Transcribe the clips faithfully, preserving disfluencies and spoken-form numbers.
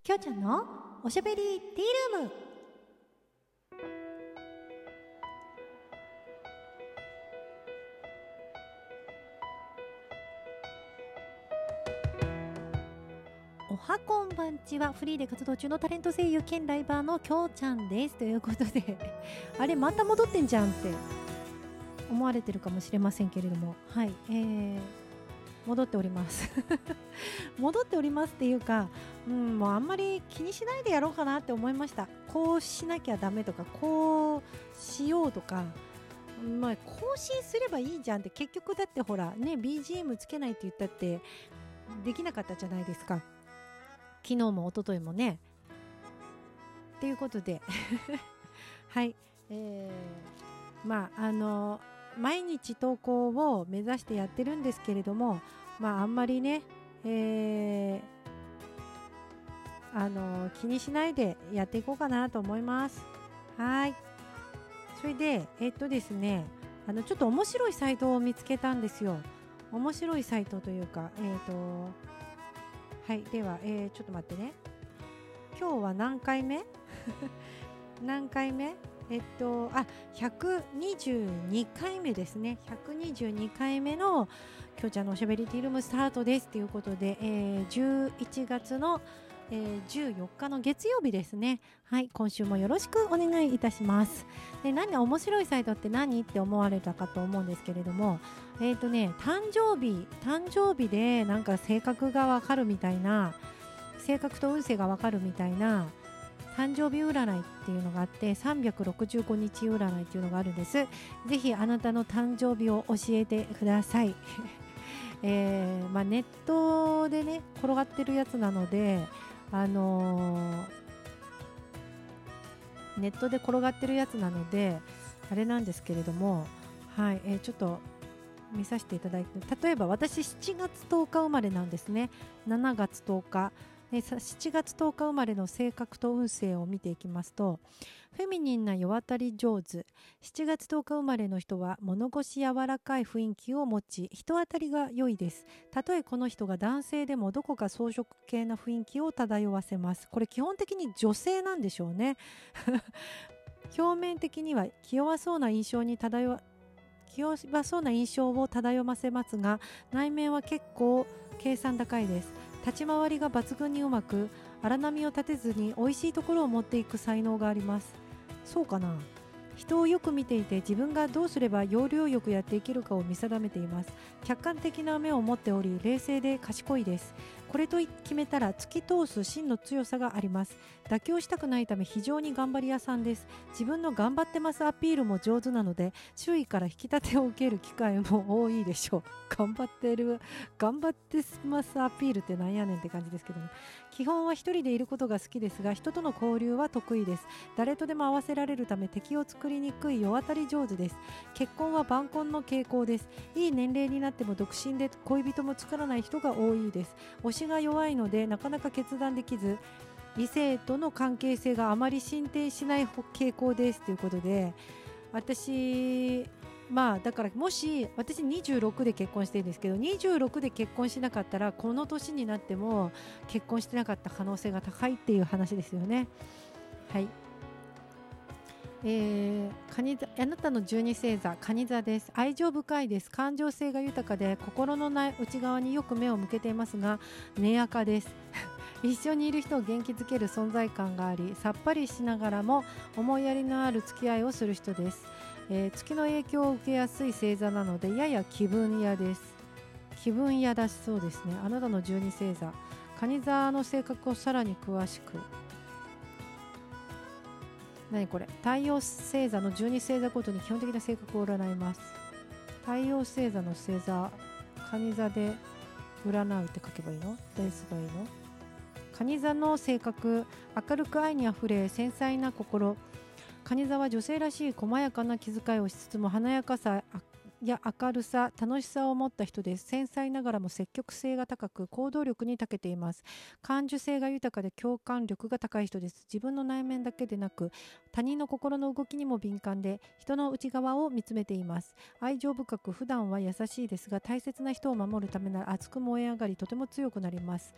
きょうちゃんのおしゃべりティールーム。おはこんばんちは。フリーで活動中のタレント声優兼ライバーのきょうちゃんですということであれまた戻ってんじゃんって思われてるかもしれませんけれども、はい、えー、戻っております戻っておりますっていうか、うん、もうあんまり気にしないでやろうかなって思いました。こうしなきゃダメとか、こうしようとか、まあ、更新すればいいじゃんって。結局だってほらね ビージーエム つけないって言ったってできなかったじゃないですか。昨日も一昨日もね。っていうことではい、えー、まああの毎日投稿を目指してやってるんですけれども、まああんまりね、えー、あの気にしないでやっていこうかなと思います。はい。それでえっとですね、あのちょっと面白いサイトを見つけたんですよ。面白いサイトというか、えっとはいでは、えー、ちょっと待ってね。今日は何回目何回目えっとあひゃくにじゅうにかいめですね。ひゃくにじゅうにかいめのきょうちゃんのおしゃべりティールームスタートですということで、えー、じゅういちがつの、えー、じゅうよっかの月曜日ですね。はい、今週もよろしくお願いいたします。で、何面白いサイトって何って思われたかと思うんですけれども、えっとね誕生日誕生日でなんか性格がわかるみたいな、性格と運勢がわかるみたいな誕生日占いっていうのがあって、さんびゃくろくじゅうごにち占いっていうのがあるんです。ぜひあなたの誕生日を教えてください、えーまあ、ネットでね転がってるやつなので、あのー、ネットで転がってるやつなのであれなんですけれども、はい、えー、ちょっと見させていただいて、例えば私しちがつとおか生まれなんですね。しちがつとおかでしちがつとおか生まれの性格と運勢を見ていきますと、フェミニンな世渡り上手。しちがつとおか生まれの人は物腰柔らかい雰囲気を持ち、人当たりが良いです。たとえこの人が男性でもどこか装飾系な雰囲気を漂わせます。これ基本的に女性なんでしょうね表面的には気弱そうな印象に漂わ気弱そうな印象を漂わせますが、内面は結構計算高いです。立ち回りが抜群にうまく、荒波を立てずに美味しいところを持っていく才能があります。そうかな。人をよく見ていて自分がどうすれば要領よくやっていけるかを見定めています。客観的な目を持っており、冷静で賢いです。これと決めたら突き通す芯の強さがあります。妥協したくないため非常に頑張り屋さんです。自分の頑張ってますアピールも上手なので、周囲から引き立てを受ける機会も多いでしょう。頑張ってる頑張ってますアピールってなんやねんって感じですけどね。基本は一人でいることが好きですが、人との交流は得意です。誰とでも合わせられるため敵を作りにくい世渡り上手です。結婚は晩婚の傾向です。いい年齢になっても独身で恋人も作らない人が多いです。推しが弱いのでなかなか決断できず、異性との関係性があまり進展しない傾向ですということで、私まあだからもし私にじゅうろくで結婚してるんですけど、にじゅうろくで結婚しなかったらこの年になっても結婚してなかった可能性が高いっていう話ですよね。はい、えー、蟹座、あなたの十二星座蟹座です。愛情深いです。感情性が豊かで心のない内側によく目を向けていますが根垢です一緒にいる人を元気づける存在感があり、さっぱりしながらも思いやりのある付き合いをする人です。えー、月の影響を受けやすい星座なのでやや気分屋です。気分屋だしそうですね。あなたの十二星座蟹座の性格をさらに詳しく。何これ。太陽星座のじゅうに星座ごとに基本的な性格を占います。太陽星座の星座蟹座で占うって書けばいいの？どうすればいいの？蟹座の性格、明るく愛にあふれ繊細な心。蟹座は女性らしい細やかな気遣いをしつつも華やかさや明るさ、楽しさを持った人です。繊細ながらも積極性が高く行動力に長けています。感受性が豊かで共感力が高い人です。自分の内面だけでなく他人の心の動きにも敏感で人の内側を見つめています。愛情深く普段は優しいですが、大切な人を守るためなら熱く燃え上がりとても強くなります。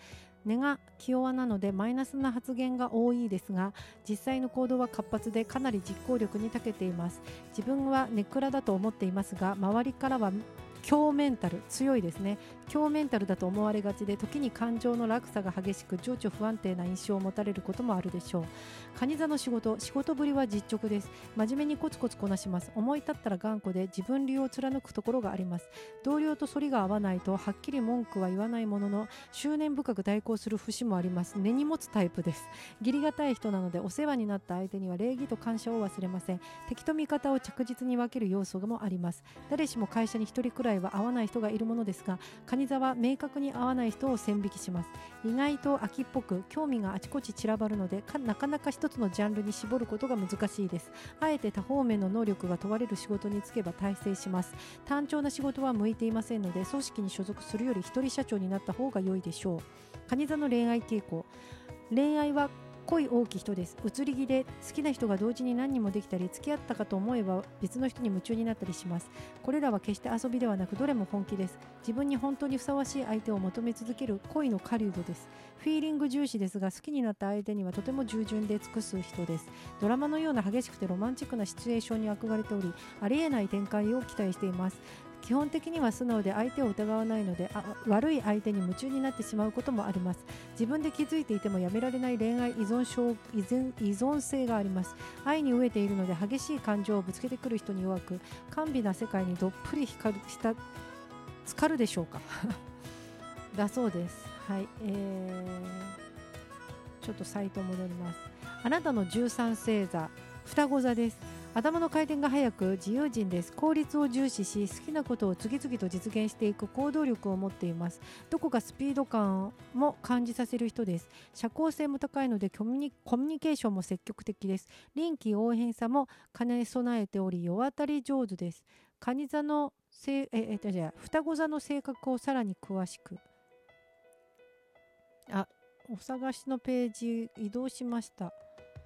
根が気弱なのでマイナスな発言が多いですが、実際の行動は活発でかなり実行力に長けています。自分は根暗だと思っていますが、周りからは強メンタル、強いですね。強メンタルだと思われがちで、時に感情の落差が激しく情緒不安定な印象を持たれることもあるでしょう。蟹座の仕事、仕事ぶりは実直です。真面目にコツコツこなします。思い立ったら頑固で自分流を貫くところがあります。同僚と反りが合わないとはっきり文句は言わないものの、執念深く代行する節もあります。根に持つタイプです。義理がたい人なので、お世話になった相手には礼儀と感謝を忘れません。敵と味方を着実に分ける要素もあります。誰しも会社に一人くらいは合わない人がいるものですが、蟹座は明確に合わない人を線引きします。意外と秋っぽく興味があちこち散らばるので、なかなか一つのジャンルに絞ることが難しいです。あえて多方面の能力が問われる仕事に就けば大成します。単調な仕事は向いていませんので、組織に所属するより一人社長になった方が良いでしょう。蟹座の恋愛傾向、恋愛は恋多き人です。移り気で好きな人が同時に何人もできたり、付き合ったかと思えば別の人に夢中になったりします。これらは決して遊びではなく、どれも本気です。自分に本当にふさわしい相手を求め続ける恋の狩人です。フィーリング重視ですが、好きになった相手にはとても従順で尽くす人です。ドラマのような激しくてロマンチックなシチュエーションに憧れており、ありえない展開を期待しています。基本的には素直で相手を疑わないので、あ悪い相手に夢中になってしまうこともあります。自分で気づいていてもやめられない恋愛依存症依存依存性があります。愛に飢えているので、激しい感情をぶつけてくる人に弱く、甘美な世界にどっぷり光るした浸かるでしょうかだそうです。はい、えー、ちょっとサイト戻ります。あなたのじゅうさん星座、双子座です。頭の回転が速く自由人です。効率を重視し、好きなことを次々と実現していく行動力を持っています。どこかスピード感も感じさせる人です。社交性も高いのでコミュニ、コミュニケーションも積極的です。臨機応変さも兼ね備えており、世渡り上手です。蟹座のせええじゃあ双子座の性格をさらに詳しく。あ、お探しのページ移動しました。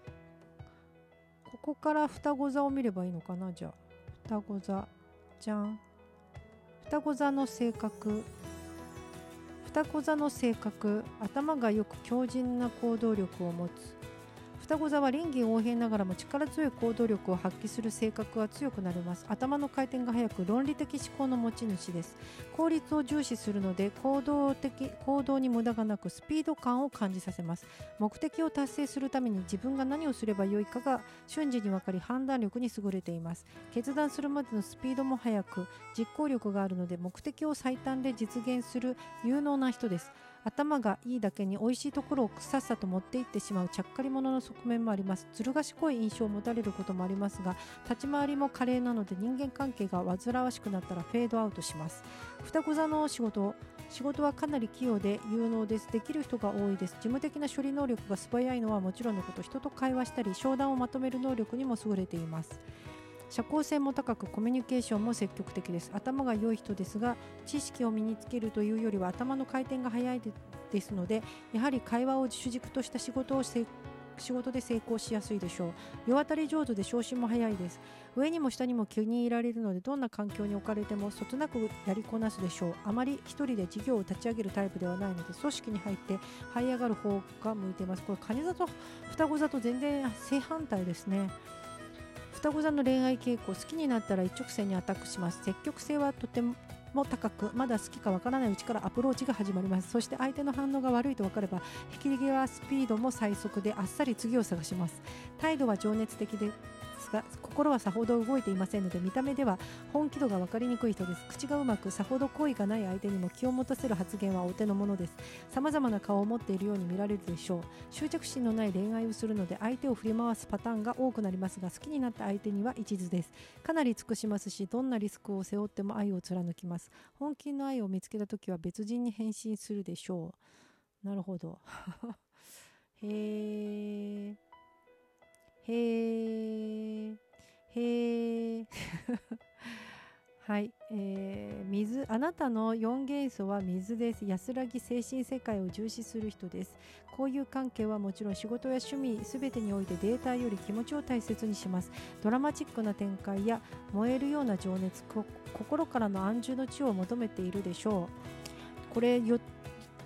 ここから双子座を見ればいいのかな。じゃあ双子座じゃん。双子座の性格、双子座の性格、頭がよく強靭な行動力を持つ。双子座は臨機応変ながらも力強い行動力を発揮する性格が強くなります。頭の回転が速く論理的思考の持ち主です。効率を重視するので行動的行動に無駄がなくスピード感を感じさせます。目的を達成するために自分が何をすればよいかが瞬時に分かり、判断力に優れています。決断するまでのスピードも速く実行力があるので、目的を最短で実現する有能な人です。頭がいいだけに美味しいところをさっさと持っていってしまうちゃっかり者の側面もあります。ずる賢い印象を持たれることもありますが、立ち回りも華麗なので人間関係が煩わしくなったらフェードアウトします。双子座の仕事仕事はかなり器用で有能です。できる人が多いです。事務的な処理能力が素早いのはもちろんのこと、人と会話したり商談をまとめる能力にも優れています。社交性も高くコミュニケーションも積極的です。頭が良い人ですが、知識を身につけるというよりは頭の回転が速いですので、やはり会話を主軸とした仕事を仕事で成功しやすいでしょう。世渡り上手で昇進も早いです。上にも下にも気に入られるので、どんな環境に置かれてもそつなくやりこなすでしょう。あまり一人で事業を立ち上げるタイプではないので、組織に入って這い上がる方が向いています。これ蟹座と双子座と全然正反対ですね。双子座の恋愛傾向、好きになったら一直線にアタックします。積極性はとても高く、まだ好きかわからないうちからアプローチが始まります。そして相手の反応が悪いと分かれば、引き際スピードも最速であっさり次を探します。態度は情熱的ですが、心はさほど動いていませんので、見た目では本気度が分かりにくい人です。口がうまく、さほど好意がない相手にも気を持たせる発言はお手の物です。さまざまな顔を持っているように見られるでしょう。執着心のない恋愛をするので、相手を振り回すパターンが多くなりますが、好きになった相手には一途です。かなり尽くしますし、どんなリスクを背負っても愛を貫きます。本気の愛を見つけたときは別人に変身するでしょう。なるほどへーへーへーはい、えー、水、あなたのよん元素は水です。安らぎ、精神世界を重視する人です。交友関係はもちろん仕事や趣味すべてにおいてデータより気持ちを大切にします。ドラマチックな展開や燃えるような情熱、心からの安住の地を求めているでしょう。これよ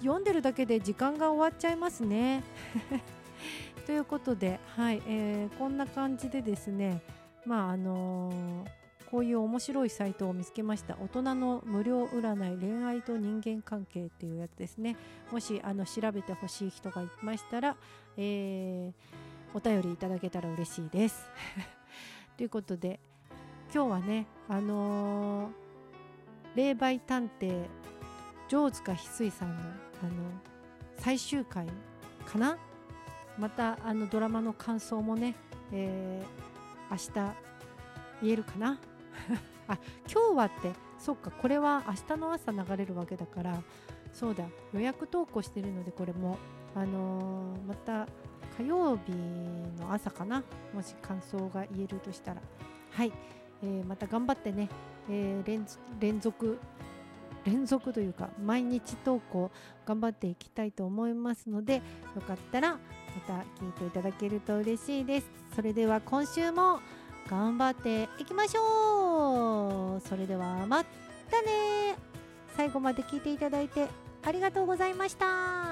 読んでるだけで時間が終わっちゃいますねということで、はいえー、こんな感じでですね、まああのー、こういう面白いサイトを見つけました。大人の無料占い恋愛と人間関係っていうやつですね。もしあの調べてほしい人がいましたら、えー、お便りいただけたら嬉しいですということで今日はね、あのー、霊媒探偵城塚翡翠さんの、あの最終回かな。またあのドラマの感想もね、えー、明日言えるかなあ、今日はってそっか、これは明日の朝流れるわけだから、そうだ、予約投稿してるので、これもあのー、また火曜日の朝かな、もし感想が言えるとしたら、はい、えー、また頑張ってね、えー、連, 連続連続というか毎日投稿頑張っていきたいと思いますので、よかったらまた聞いていただけると嬉しいです。それでは今週も頑張っていきましょう。それではまたね。最後まで聞いていただいてありがとうございました。